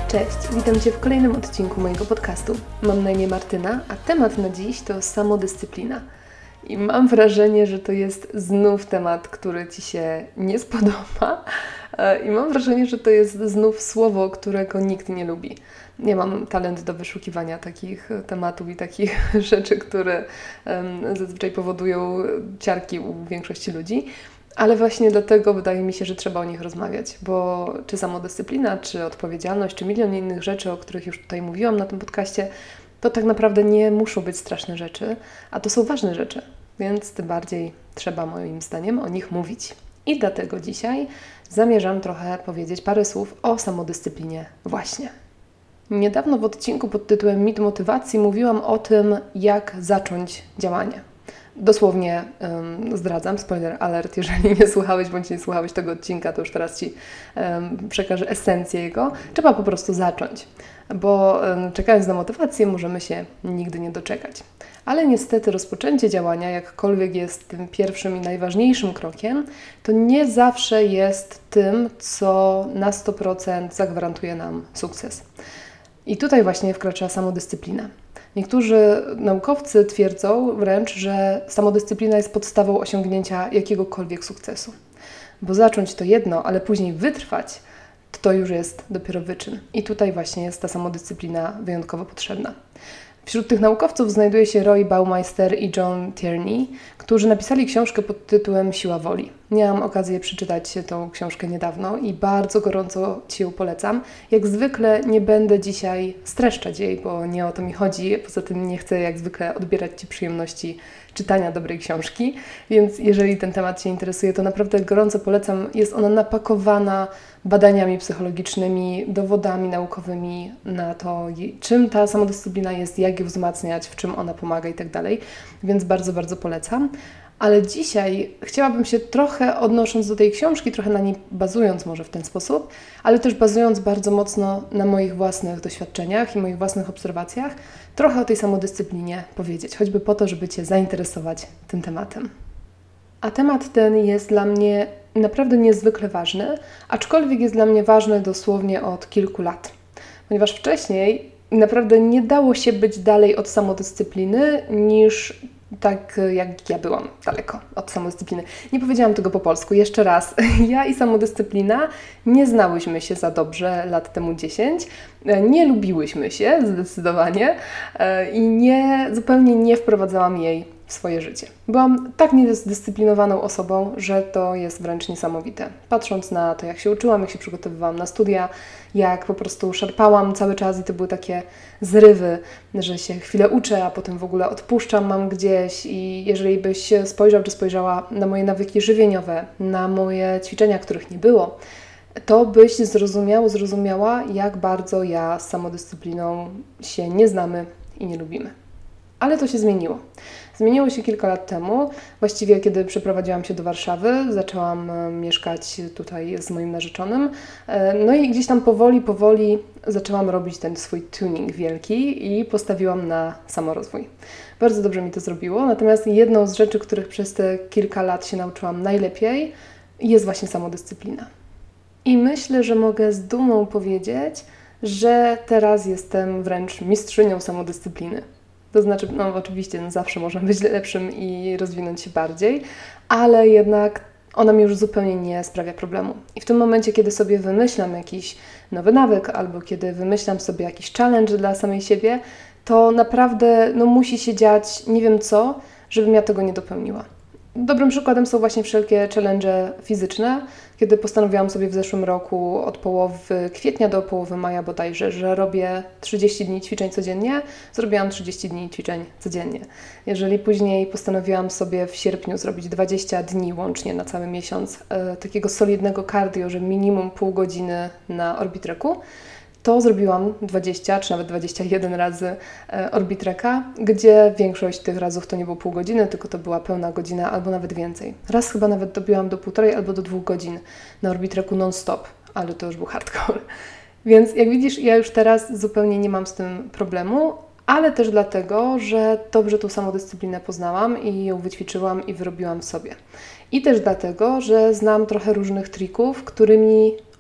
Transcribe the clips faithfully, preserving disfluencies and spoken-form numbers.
Cześć, witam Cię w kolejnym odcinku mojego podcastu. Mam na imię Martyna, a temat na dziś to samodyscyplina. I mam wrażenie, że to jest znów temat, który Ci się nie spodoba. I mam wrażenie, że to jest znów słowo, którego nikt nie lubi. Nie mam talent do wyszukiwania takich tematów i takich rzeczy, które um, zazwyczaj powodują ciarki u większości ludzi. Ale właśnie dlatego wydaje mi się, że trzeba o nich rozmawiać, bo czy samodyscyplina, czy odpowiedzialność, czy milion innych rzeczy, o których już tutaj mówiłam na tym podcaście, to tak naprawdę nie muszą być straszne rzeczy, a to są ważne rzeczy, więc tym bardziej trzeba moim zdaniem o nich mówić. I dlatego dzisiaj zamierzam trochę powiedzieć parę słów o samodyscyplinie właśnie. Niedawno w odcinku pod tytułem Mit motywacji mówiłam o tym, jak zacząć działanie. Dosłownie um, zdradzam, spoiler alert, jeżeli nie słuchałeś bądź nie słuchałeś tego odcinka, to już teraz Ci um, przekażę esencję jego. Trzeba po prostu zacząć, bo um, czekając na motywację możemy się nigdy nie doczekać. Ale niestety rozpoczęcie działania, jakkolwiek jest tym pierwszym i najważniejszym krokiem, to nie zawsze jest tym, co na sto procent zagwarantuje nam sukces. I tutaj właśnie wkracza samodyscyplina. Niektórzy naukowcy twierdzą wręcz, że samodyscyplina jest podstawą osiągnięcia jakiegokolwiek sukcesu. Bo zacząć to jedno, ale później wytrwać, to już jest dopiero wyczyn. I tutaj właśnie jest ta samodyscyplina wyjątkowo potrzebna. Wśród tych naukowców znajduje się Roy Baumeister i John Tierney, którzy napisali książkę pod tytułem Siła woli. Miałam okazję przeczytać tą książkę niedawno i bardzo gorąco Ci ją polecam. Jak zwykle nie będę dzisiaj streszczać jej, bo nie o to mi chodzi. Poza tym nie chcę jak zwykle odbierać Ci przyjemności czytania dobrej książki, więc jeżeli ten temat Cię interesuje, to naprawdę gorąco polecam. Jest ona napakowana badaniami psychologicznymi, dowodami naukowymi na to, czym ta samodyscyplina jest, jak ją wzmacniać, w czym ona pomaga i tak dalej, więc bardzo, bardzo polecam. Ale dzisiaj chciałabym się trochę, odnosząc do tej książki, trochę na niej bazując może w ten sposób, ale też bazując bardzo mocno na moich własnych doświadczeniach i moich własnych obserwacjach, trochę o tej samodyscyplinie powiedzieć, choćby po to, żeby Cię zainteresować tym tematem. A temat ten jest dla mnie naprawdę niezwykle ważny, aczkolwiek jest dla mnie ważny dosłownie od kilku lat, ponieważ wcześniej naprawdę nie dało się być dalej od samodyscypliny niż tak jak ja byłam daleko od samodyscypliny. Nie powiedziałam tego po polsku. Jeszcze raz. Ja i samodyscyplina nie znałyśmy się za dobrze lat temu dziesięć. Nie lubiłyśmy się zdecydowanie i nie, zupełnie nie wprowadzałam jej w swoje życie. Byłam tak niezdyscyplinowaną osobą, że to jest wręcz niesamowite. Patrząc na to, jak się uczyłam, jak się przygotowywałam na studia, jak po prostu szarpałam cały czas i to były takie zrywy, że się chwilę uczę, a potem w ogóle odpuszczam, mam gdzieś i jeżeli byś spojrzał czy spojrzała na moje nawyki żywieniowe, na moje ćwiczenia, których nie było, to byś zrozumiał, zrozumiała, jak bardzo ja z samodyscypliną się nie znamy i nie lubimy. Ale to się zmieniło. Zmieniło się kilka lat temu, właściwie kiedy przeprowadziłam się do Warszawy, zaczęłam mieszkać tutaj z moim narzeczonym, no i gdzieś tam powoli, powoli zaczęłam robić ten swój tuning wielki i postawiłam na samorozwój. Bardzo dobrze mi to zrobiło, natomiast jedną z rzeczy, których przez te kilka lat się nauczyłam najlepiej, jest właśnie samodyscyplina. I myślę, że mogę z dumą powiedzieć, że teraz jestem wręcz mistrzynią samodyscypliny. To znaczy, no oczywiście no zawsze można być lepszym i rozwinąć się bardziej, ale jednak ona mi już zupełnie nie sprawia problemu. I w tym momencie, kiedy sobie wymyślam jakiś nowy nawyk albo kiedy wymyślam sobie jakiś challenge dla samej siebie, to naprawdę no, musi się dziać nie wiem co, żebym ja tego nie dopełniła. Dobrym przykładem są właśnie wszelkie challenge fizyczne, kiedy postanowiłam sobie w zeszłym roku od połowy kwietnia do połowy maja bodajże, że robię trzydzieści dni ćwiczeń codziennie, zrobiłam trzydzieści dni ćwiczeń codziennie. Jeżeli później postanowiłam sobie w sierpniu zrobić dwadzieścia dni łącznie na cały miesiąc e, takiego solidnego cardio, że minimum pół godziny na Orbitracku, to zrobiłam dwadzieścia czy nawet dwadzieścia jeden razy Orbitracka, gdzie większość tych razów to nie było pół godziny, tylko to była pełna godzina albo nawet więcej. Raz chyba nawet dobiłam do półtorej albo do dwóch godzin na Orbitracku non-stop, ale to już był hardcore. Więc jak widzisz, ja już teraz zupełnie nie mam z tym problemu, ale też dlatego, że dobrze tą samodyscyplinę poznałam i ją wyćwiczyłam i wyrobiłam w sobie. I też dlatego, że znam trochę różnych trików, którymi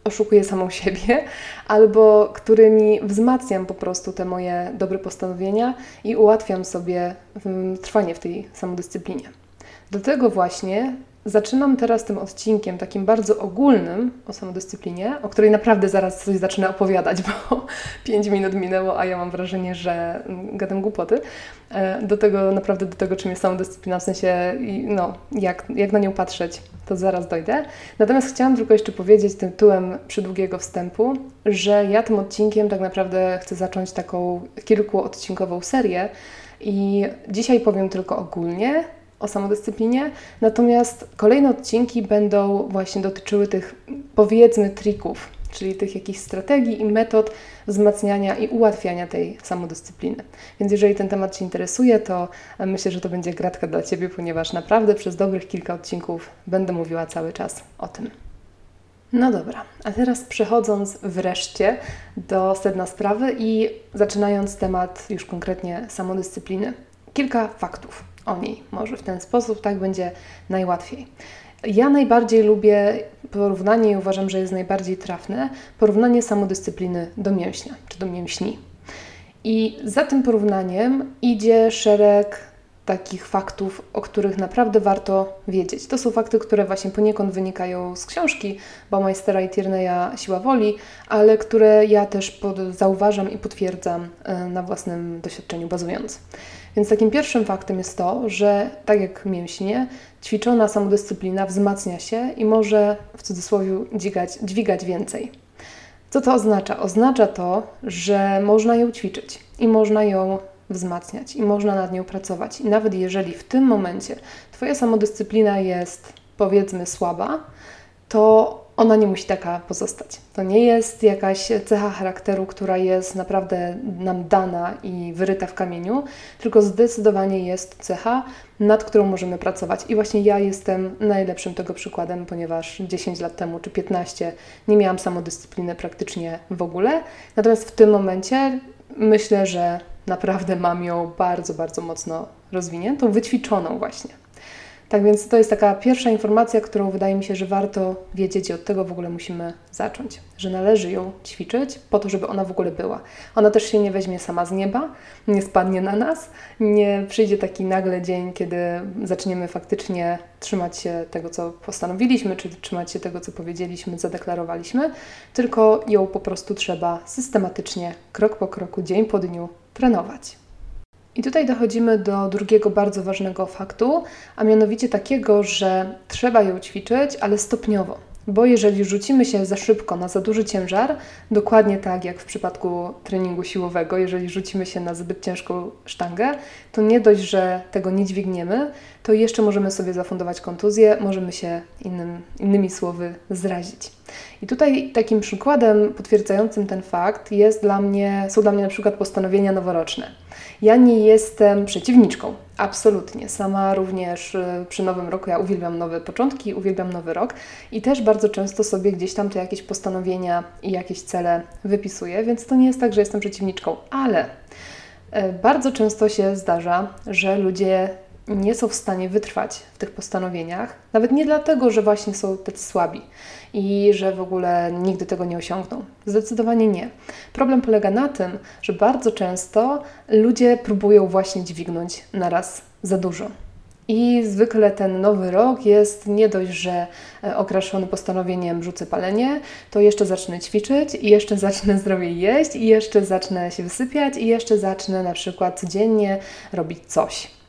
oszukuję samą siebie, albo którymi wzmacniam po prostu te moje dobre postanowienia i ułatwiam sobie trwanie w tej samodyscyplinie. Do tego właśnie zaczynam teraz tym odcinkiem takim bardzo ogólnym o samodyscyplinie, o której naprawdę zaraz coś zacznę opowiadać, bo pięć minut minęło, a ja mam wrażenie, że gadam głupoty. Do tego, naprawdę do tego, czym jest samodyscyplina, w sensie, no, jak, jak na nią patrzeć, to zaraz dojdę. Natomiast chciałam tylko jeszcze powiedzieć tytułem przydługiego wstępu, że ja tym odcinkiem tak naprawdę chcę zacząć taką kilkuodcinkową serię i dzisiaj powiem tylko ogólnie o samodyscyplinie, natomiast kolejne odcinki będą właśnie dotyczyły tych, powiedzmy, trików, czyli tych jakichś strategii i metod wzmacniania i ułatwiania tej samodyscypliny. Więc jeżeli ten temat Cię interesuje, to myślę, że to będzie gratka dla Ciebie, ponieważ naprawdę przez dobrych kilka odcinków będę mówiła cały czas o tym. No dobra, a teraz przechodząc wreszcie do sedna sprawy i zaczynając temat już konkretnie samodyscypliny. Kilka faktów o niej. Może w ten sposób tak będzie najłatwiej. Ja najbardziej lubię porównanie i uważam, że jest najbardziej trafne porównanie samodyscypliny do mięśnia, czy do mięśni. I za tym porównaniem idzie szereg takich faktów, o których naprawdę warto wiedzieć. To są fakty, które właśnie poniekąd wynikają z książki Baumeister i Tierney'a Siła woli, ale które ja też pod, zauważam i potwierdzam na własnym doświadczeniu bazując. Więc takim pierwszym faktem jest to, że tak jak mięśnie, ćwiczona samodyscyplina wzmacnia się i może w cudzysłowie dźwigać, dźwigać więcej. Co to oznacza? Oznacza to, że można ją ćwiczyć i można ją wzmacniać i można nad nią pracować. I nawet jeżeli w tym momencie Twoja samodyscyplina jest, powiedzmy, słaba, to ona nie musi taka pozostać. To nie jest jakaś cecha charakteru, która jest naprawdę nam dana i wyryta w kamieniu, tylko zdecydowanie jest cecha, nad którą możemy pracować. I właśnie ja jestem najlepszym tego przykładem, ponieważ dziesięć lat temu czy piętnaście nie miałam samodyscypliny praktycznie w ogóle. Natomiast w tym momencie myślę, że naprawdę mam ją bardzo, bardzo mocno rozwiniętą, wyćwiczoną właśnie. Tak więc to jest taka pierwsza informacja, którą wydaje mi się, że warto wiedzieć i od tego w ogóle musimy zacząć, że należy ją ćwiczyć po to, żeby ona w ogóle była. Ona też się nie weźmie sama z nieba, nie spadnie na nas, nie przyjdzie taki nagle dzień, kiedy zaczniemy faktycznie trzymać się tego, co postanowiliśmy, czy trzymać się tego, co powiedzieliśmy, zadeklarowaliśmy, tylko ją po prostu trzeba systematycznie, krok po kroku, dzień po dniu trenować. I tutaj dochodzimy do drugiego bardzo ważnego faktu, a mianowicie takiego, że trzeba ją ćwiczyć, ale stopniowo. Bo jeżeli rzucimy się za szybko na za duży ciężar, dokładnie tak jak w przypadku treningu siłowego, jeżeli rzucimy się na zbyt ciężką sztangę, to nie dość, że tego nie dźwigniemy, to jeszcze możemy sobie zafundować kontuzję, możemy się innym, innymi słowy zrazić. I tutaj takim przykładem potwierdzającym ten fakt jest dla mnie, są dla mnie na przykład postanowienia noworoczne. Ja nie jestem przeciwniczką, absolutnie. Sama również przy Nowym Roku, ja uwielbiam nowe początki, uwielbiam Nowy Rok i też bardzo często sobie gdzieś tam te jakieś postanowienia i jakieś cele wypisuję, więc to nie jest tak, że jestem przeciwniczką, ale bardzo często się zdarza, że ludzie nie są w stanie wytrwać w tych postanowieniach, nawet nie dlatego, że właśnie są tacy słabi i że w ogóle nigdy tego nie osiągną. Zdecydowanie nie. Problem polega na tym, że bardzo często ludzie próbują właśnie dźwignąć naraz za dużo. I zwykle ten nowy rok jest nie dość, że okraszony postanowieniem rzucę palenie, to jeszcze zacznę ćwiczyć i jeszcze zacznę zdrowiej jeść i jeszcze zacznę się wysypiać i jeszcze zacznę na przykład codziennie robić coś.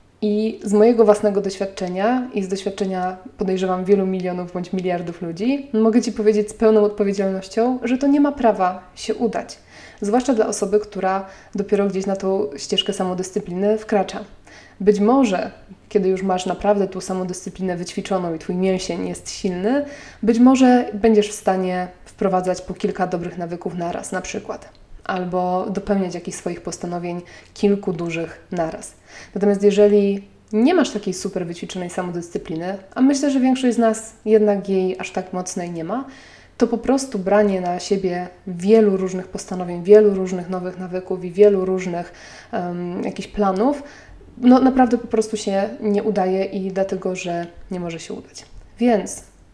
I z mojego własnego doświadczenia i z doświadczenia podejrzewam wielu milionów bądź miliardów ludzi, mogę Ci powiedzieć z pełną odpowiedzialnością, że to nie ma prawa się udać. Zwłaszcza dla osoby, która dopiero gdzieś na tą ścieżkę samodyscypliny wkracza. Być może, kiedy już masz naprawdę tą samodyscyplinę wyćwiczoną i Twój mięsień jest silny, być może będziesz w stanie wprowadzać po kilka dobrych nawyków naraz, na przykład. Albo dopełniać jakichś swoich postanowień kilku dużych naraz. Natomiast jeżeli nie masz takiej super wyćwiczonej samodyscypliny, a myślę, że większość z nas jednak jej aż tak mocnej nie ma, to po prostu branie na siebie wielu różnych postanowień, wielu różnych nowych nawyków i wielu różnych um, jakichś planów, no naprawdę po prostu się nie udaje i dlatego, że nie może się udać. Więc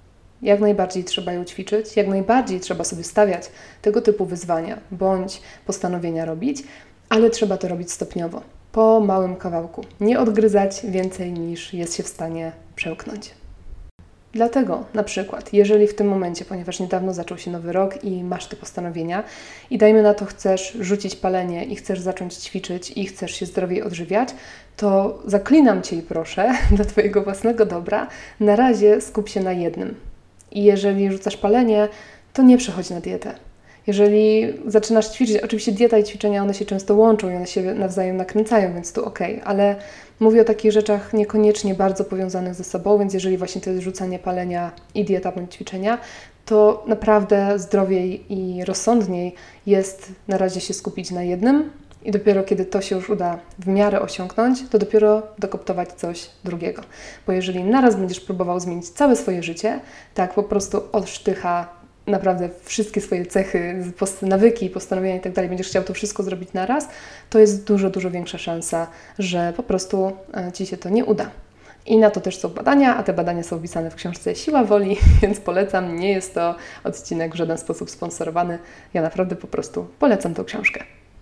Jak najbardziej trzeba ją ćwiczyć, jak najbardziej trzeba sobie stawiać tego typu wyzwania bądź postanowienia robić, ale trzeba to robić stopniowo, po małym kawałku. Nie odgryzać więcej niż jest się w stanie przełknąć. Dlatego na przykład, jeżeli w tym momencie, ponieważ niedawno zaczął się nowy rok i masz te postanowienia i dajmy na to chcesz rzucić palenie i chcesz zacząć ćwiczyć i chcesz się zdrowiej odżywiać, to zaklinam Cię i proszę, dla Twojego własnego dobra, na razie skup się na jednym. I jeżeli rzucasz palenie, to nie przechodź na dietę. Jeżeli zaczynasz ćwiczyć, oczywiście dieta i ćwiczenia, one się często łączą i one się nawzajem nakręcają, więc tu okej, ale mówię o takich rzeczach niekoniecznie bardzo powiązanych ze sobą, więc jeżeli właśnie to jest rzucanie palenia i dieta bądź ćwiczenia, to naprawdę zdrowiej i rozsądniej jest na razie się skupić na jednym i dopiero kiedy to się już uda w miarę osiągnąć, to dopiero dokoptować coś drugiego. Bo jeżeli naraz będziesz próbował zmienić całe swoje życie, tak po prostu od sztycha naprawdę wszystkie swoje cechy, nawyki, postanowienia i tak dalej, będziesz chciał to wszystko zrobić naraz, to jest dużo, dużo większa szansa, że po prostu Ci się to nie uda. I na to też są badania, a te badania są opisane w książce Siła Woli, więc polecam. Nie jest to odcinek w żaden sposób sponsorowany. Ja naprawdę po prostu polecam tą książkę.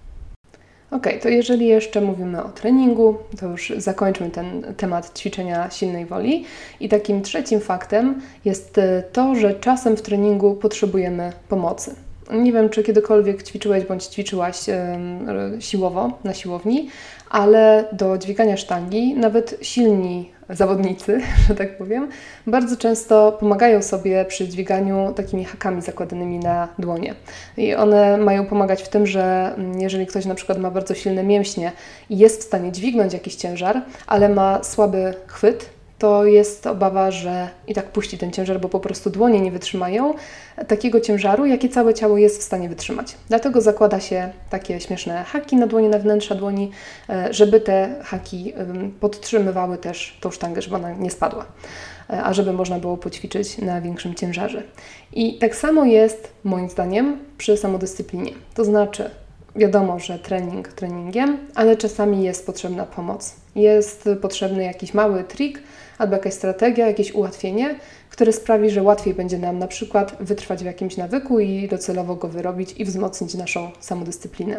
Ok, to jeżeli jeszcze mówimy o treningu, to już zakończmy ten temat ćwiczenia silnej woli. I takim trzecim faktem jest to, że czasem w treningu potrzebujemy pomocy. Nie wiem, czy kiedykolwiek ćwiczyłeś bądź ćwiczyłaś yy, siłowo na siłowni, ale do dźwigania sztangi nawet silni zawodnicy, że tak powiem, bardzo często pomagają sobie przy dźwiganiu takimi hakami zakładanymi na dłonie. I one mają pomagać w tym, że jeżeli ktoś na przykład ma bardzo silne mięśnie i jest w stanie dźwignąć jakiś ciężar, ale ma słaby chwyt, to jest obawa, że i tak puści ten ciężar, bo po prostu dłonie nie wytrzymają takiego ciężaru, jakie całe ciało jest w stanie wytrzymać. Dlatego zakłada się takie śmieszne haki na dłonie, na wnętrza dłoni, żeby te haki podtrzymywały też tą sztangę, żeby ona nie spadła, a żeby można było poćwiczyć na większym ciężarze. I tak samo jest moim zdaniem przy samodyscyplinie. To znaczy, wiadomo, że trening treningiem, ale czasami jest potrzebna pomoc. Jest potrzebny jakiś mały trik albo jakaś strategia, jakieś ułatwienie, które sprawi, że łatwiej będzie nam na przykład wytrwać w jakimś nawyku i docelowo go wyrobić i wzmocnić naszą samodyscyplinę.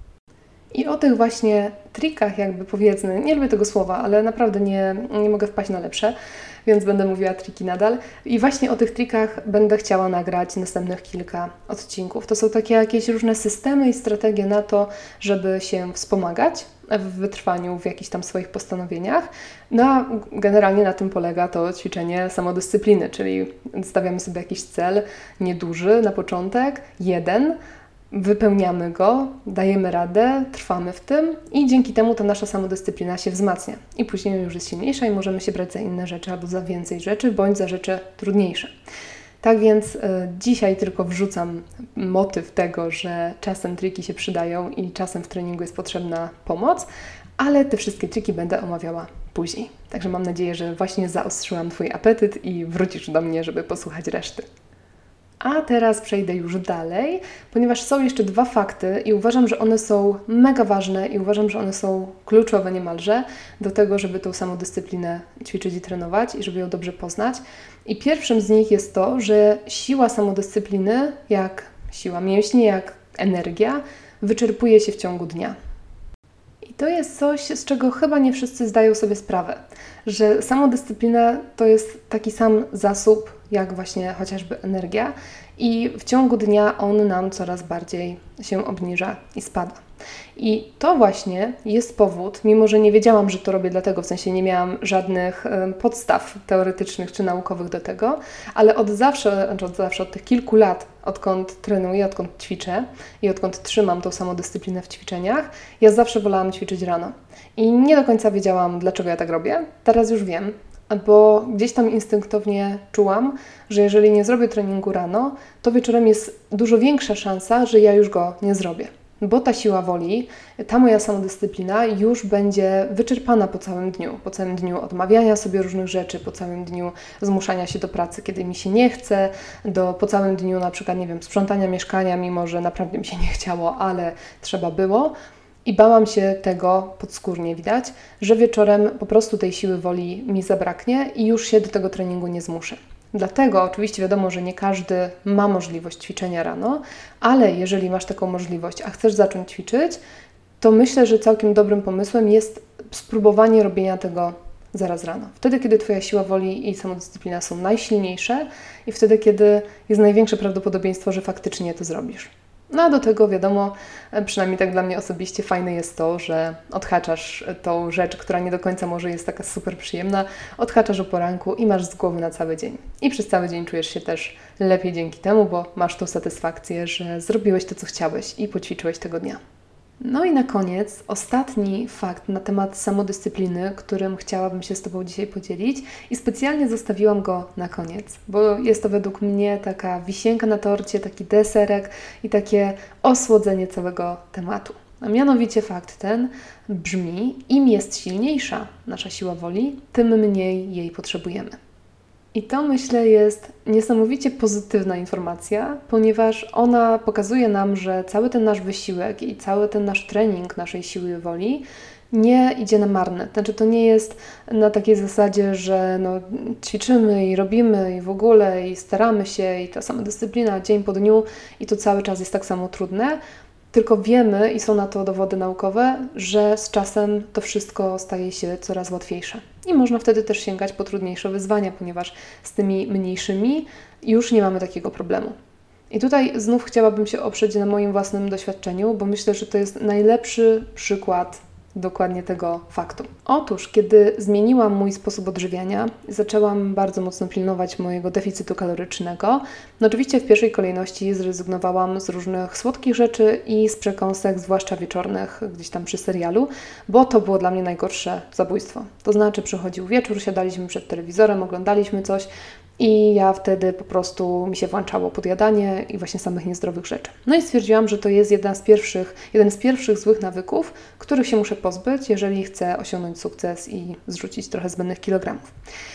I o tych właśnie trikach, jakby powiedzmy, nie lubię tego słowa, ale naprawdę nie, nie mogę wpaść na lepsze, więc będę mówiła triki nadal. I właśnie o tych trikach będę chciała nagrać następnych kilka odcinków. To są takie jakieś różne systemy i strategie na to, żeby się wspomagać w wytrwaniu w jakichś tam swoich postanowieniach. No a generalnie na tym polega to ćwiczenie samodyscypliny, czyli stawiamy sobie jakiś cel nieduży na początek, jeden, wypełniamy go, dajemy radę, trwamy w tym i dzięki temu ta nasza samodyscyplina się wzmacnia. I później już jest silniejsza i możemy się brać za inne rzeczy albo za więcej rzeczy, bądź za rzeczy trudniejsze. Tak więc y, dzisiaj tylko wrzucam motyw tego, że czasem triki się przydają i czasem w treningu jest potrzebna pomoc, ale te wszystkie triki będę omawiała później. Także mam nadzieję, że właśnie zaostrzyłam Twój apetyt i wrócisz do mnie, żeby posłuchać reszty. A teraz przejdę już dalej, ponieważ są jeszcze dwa fakty i uważam, że one są mega ważne i uważam, że one są kluczowe niemalże do tego, żeby tą samodyscyplinę ćwiczyć i trenować i żeby ją dobrze poznać. I pierwszym z nich jest to, że siła samodyscypliny, jak siła mięśni, jak energia, wyczerpuje się w ciągu dnia. I to jest coś, z czego chyba nie wszyscy zdają sobie sprawę, że samodyscyplina to jest taki sam zasób, jak właśnie chociażby energia i w ciągu dnia on nam coraz bardziej się obniża i spada. I to właśnie jest powód, mimo że nie wiedziałam, że to robię dlatego, w sensie nie miałam żadnych podstaw teoretycznych czy naukowych do tego, ale od zawsze, znaczy od zawsze, od tych kilku lat, odkąd trenuję, odkąd ćwiczę i odkąd trzymam tą samodyscyplinę w ćwiczeniach, ja zawsze wolałam ćwiczyć rano. I nie do końca wiedziałam, dlaczego ja tak robię. Teraz już wiem, bo gdzieś tam instynktownie czułam, że jeżeli nie zrobię treningu rano, to wieczorem jest dużo większa szansa, że ja już go nie zrobię. Bo ta siła woli, ta moja samodyscyplina już będzie wyczerpana po całym dniu. Po całym dniu odmawiania sobie różnych rzeczy, po całym dniu zmuszania się do pracy, kiedy mi się nie chce, do, po całym dniu na przykład, nie wiem, sprzątania mieszkania, mimo że naprawdę mi się nie chciało, ale trzeba było. I bałam się tego podskórnie, widać, że wieczorem po prostu tej siły woli mi zabraknie i już się do tego treningu nie zmuszę. Dlatego oczywiście wiadomo, że nie każdy ma możliwość ćwiczenia rano, ale jeżeli masz taką możliwość, a chcesz zacząć ćwiczyć, to myślę, że całkiem dobrym pomysłem jest spróbowanie robienia tego zaraz rano. Wtedy, kiedy Twoja siła woli i samodyscyplina są najsilniejsze i wtedy, kiedy jest największe prawdopodobieństwo, że faktycznie to zrobisz. No a do tego wiadomo, przynajmniej tak dla mnie osobiście fajne jest to, że odhaczasz tą rzecz, która nie do końca może jest taka super przyjemna, odhaczasz o poranku i masz z głowy na cały dzień. I przez cały dzień czujesz się też lepiej dzięki temu, bo masz tą satysfakcję, że zrobiłeś to, co chciałeś i poćwiczyłeś tego dnia. No i na koniec ostatni fakt na temat samodyscypliny, którym chciałabym się z Tobą dzisiaj podzielić i specjalnie zostawiłam go na koniec, bo jest to według mnie taka wisienka na torcie, taki deserek i takie osłodzenie całego tematu. A mianowicie fakt ten brzmi: im jest silniejsza nasza siła woli, tym mniej jej potrzebujemy. I to, myślę, jest niesamowicie pozytywna informacja, ponieważ ona pokazuje nam, że cały ten nasz wysiłek i cały ten nasz trening naszej siły woli nie idzie na marne. Znaczy, to nie jest na takiej zasadzie, że no, ćwiczymy i robimy i w ogóle i staramy się i ta samodyscyplina dzień po dniu i to cały czas jest tak samo trudne, tylko wiemy i są na to dowody naukowe, że z czasem to wszystko staje się coraz łatwiejsze. I można wtedy też sięgać po trudniejsze wyzwania, ponieważ z tymi mniejszymi już nie mamy takiego problemu. I tutaj znów chciałabym się oprzeć na moim własnym doświadczeniu, bo myślę, że to jest najlepszy przykład dokładnie tego faktu. Otóż, kiedy zmieniłam mój sposób odżywiania, zaczęłam bardzo mocno pilnować mojego deficytu kalorycznego. No oczywiście w pierwszej kolejności zrezygnowałam z różnych słodkich rzeczy i z przekąsek, zwłaszcza wieczornych, gdzieś tam przy serialu, bo to było dla mnie najgorsze zabójstwo. To znaczy przychodził wieczór, siadaliśmy przed telewizorem, oglądaliśmy coś, i ja wtedy po prostu mi się włączało podjadanie i właśnie samych niezdrowych rzeczy. No i stwierdziłam, że to jest jedna z pierwszych, jeden z pierwszych złych nawyków, których się muszę pozbyć, jeżeli chcę osiągnąć sukces i zrzucić trochę zbędnych kilogramów.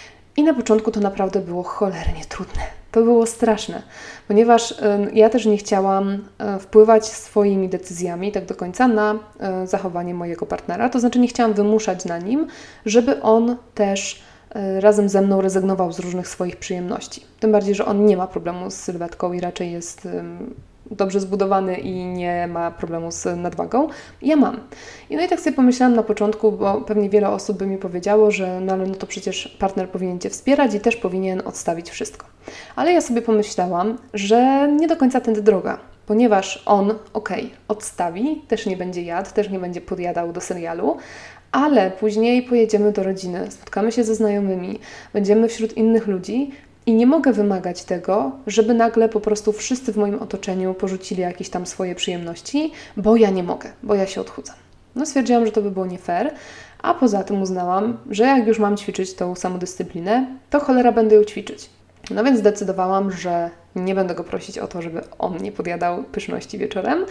I na początku to naprawdę było cholernie trudne. To było straszne, ponieważ y, ja też nie chciałam y, wpływać swoimi decyzjami tak do końca na y, zachowanie mojego partnera. To znaczy nie chciałam wymuszać na nim, żeby on też razem ze mną rezygnował z różnych swoich przyjemności. Tym bardziej, że on nie ma problemu z sylwetką i raczej jest um, dobrze zbudowany i nie ma problemu z nadwagą. Ja mam. I no i tak sobie pomyślałam na początku, bo pewnie wiele osób by mi powiedziało, że no ale no to przecież partner powinien Cię wspierać i też powinien odstawić wszystko. Ale ja sobie pomyślałam, że nie do końca tędy droga. Ponieważ on, okej, okay, odstawi, też nie będzie jadł, też nie będzie podjadał do serialu, ale później pojedziemy do rodziny, spotkamy się ze znajomymi, będziemy wśród innych ludzi i nie mogę wymagać tego, żeby nagle po prostu wszyscy w moim otoczeniu porzucili jakieś tam swoje przyjemności, bo ja nie mogę, bo ja się odchudzam. No stwierdziłam, że to by było nie fair, a poza tym uznałam, że jak już mam ćwiczyć tą samodyscyplinę, to cholera będę ją ćwiczyć. No więc zdecydowałam, że nie będę go prosić o to, żeby on nie podjadał pyszności wieczorem,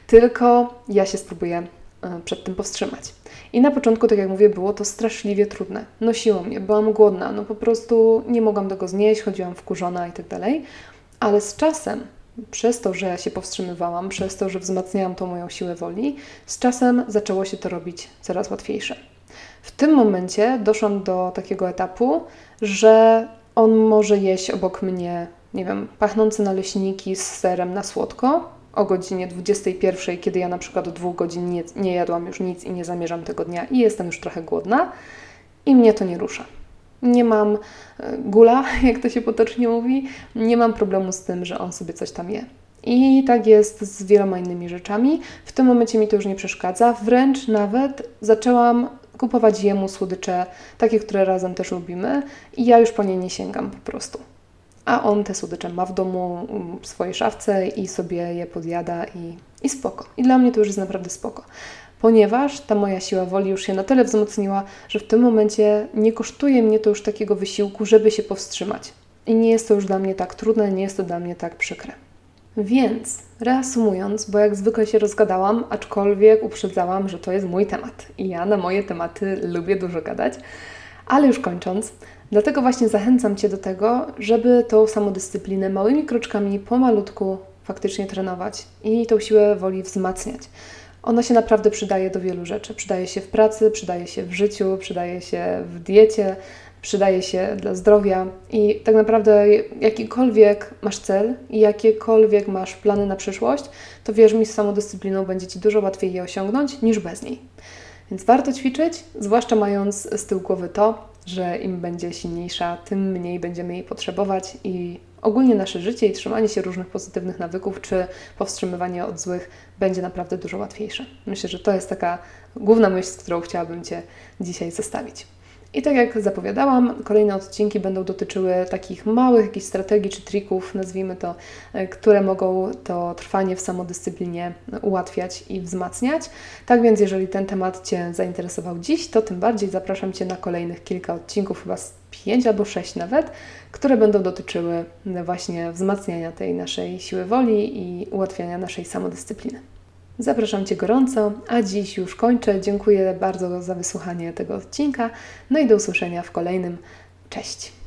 tylko ja się spróbuję przed tym powstrzymać. I na początku, tak jak mówię, było to straszliwie trudne. Nosiło mnie, byłam głodna, no po prostu nie mogłam tego znieść, chodziłam wkurzona i tak dalej, ale z czasem, przez to, że ja się powstrzymywałam, przez to, że wzmacniałam tą moją siłę woli, z czasem zaczęło się to robić coraz łatwiejsze. W tym momencie doszłam do takiego etapu, że on może jeść obok mnie, nie wiem, pachnące naleśniki z serem na słodko, o godzinie dwudziestej pierwszej, kiedy ja na przykład od dwóch godzin nie, nie jadłam już nic i nie zamierzam tego dnia i jestem już trochę głodna i mnie to nie rusza. Nie mam gula, jak to się potocznie mówi, nie mam problemu z tym, że on sobie coś tam je. I tak jest z wieloma innymi rzeczami. W tym momencie mi to już nie przeszkadza, wręcz nawet zaczęłam kupować jemu słodycze, takie, które razem też lubimy i ja już po nie nie sięgam po prostu. A on te słodycze ma w domu, w swojej szafce i sobie je podjada i, i spoko. I dla mnie to już jest naprawdę spoko. Ponieważ ta moja siła woli już się na tyle wzmocniła, że w tym momencie nie kosztuje mnie to już takiego wysiłku, żeby się powstrzymać. I nie jest to już dla mnie tak trudne, nie jest to dla mnie tak przykre. Więc reasumując, bo jak zwykle się rozgadałam, aczkolwiek uprzedzałam, że to jest mój temat. I ja na moje tematy lubię dużo gadać. Ale już kończąc, dlatego właśnie zachęcam Cię do tego, żeby tą samodyscyplinę małymi kroczkami pomalutku faktycznie trenować i tą siłę woli wzmacniać. Ona się naprawdę przydaje do wielu rzeczy. Przydaje się w pracy, przydaje się w życiu, przydaje się w diecie, przydaje się dla zdrowia i tak naprawdę jakikolwiek masz cel i jakiekolwiek masz plany na przyszłość, to wierz mi, z samodyscypliną będzie Ci dużo łatwiej je osiągnąć niż bez niej. Więc warto ćwiczyć, zwłaszcza mając z tyłu głowy to, że im będzie silniejsza, tym mniej będziemy jej potrzebować i ogólnie nasze życie i trzymanie się różnych pozytywnych nawyków, czy powstrzymywanie od złych będzie naprawdę dużo łatwiejsze. Myślę, że to jest taka główna myśl, z którą chciałabym Cię dzisiaj zostawić. I tak jak zapowiadałam, kolejne odcinki będą dotyczyły takich małych jakichś strategii czy trików, nazwijmy to, które mogą to trwanie w samodyscyplinie ułatwiać i wzmacniać. Tak więc jeżeli ten temat Cię zainteresował dziś, to tym bardziej zapraszam Cię na kolejnych kilka odcinków, chyba z pięć albo sześć nawet, które będą dotyczyły właśnie wzmacniania tej naszej siły woli i ułatwiania naszej samodyscypliny. Zapraszam Cię gorąco, a dziś już kończę. Dziękuję bardzo za wysłuchanie tego odcinka. No i do usłyszenia w kolejnym. Cześć!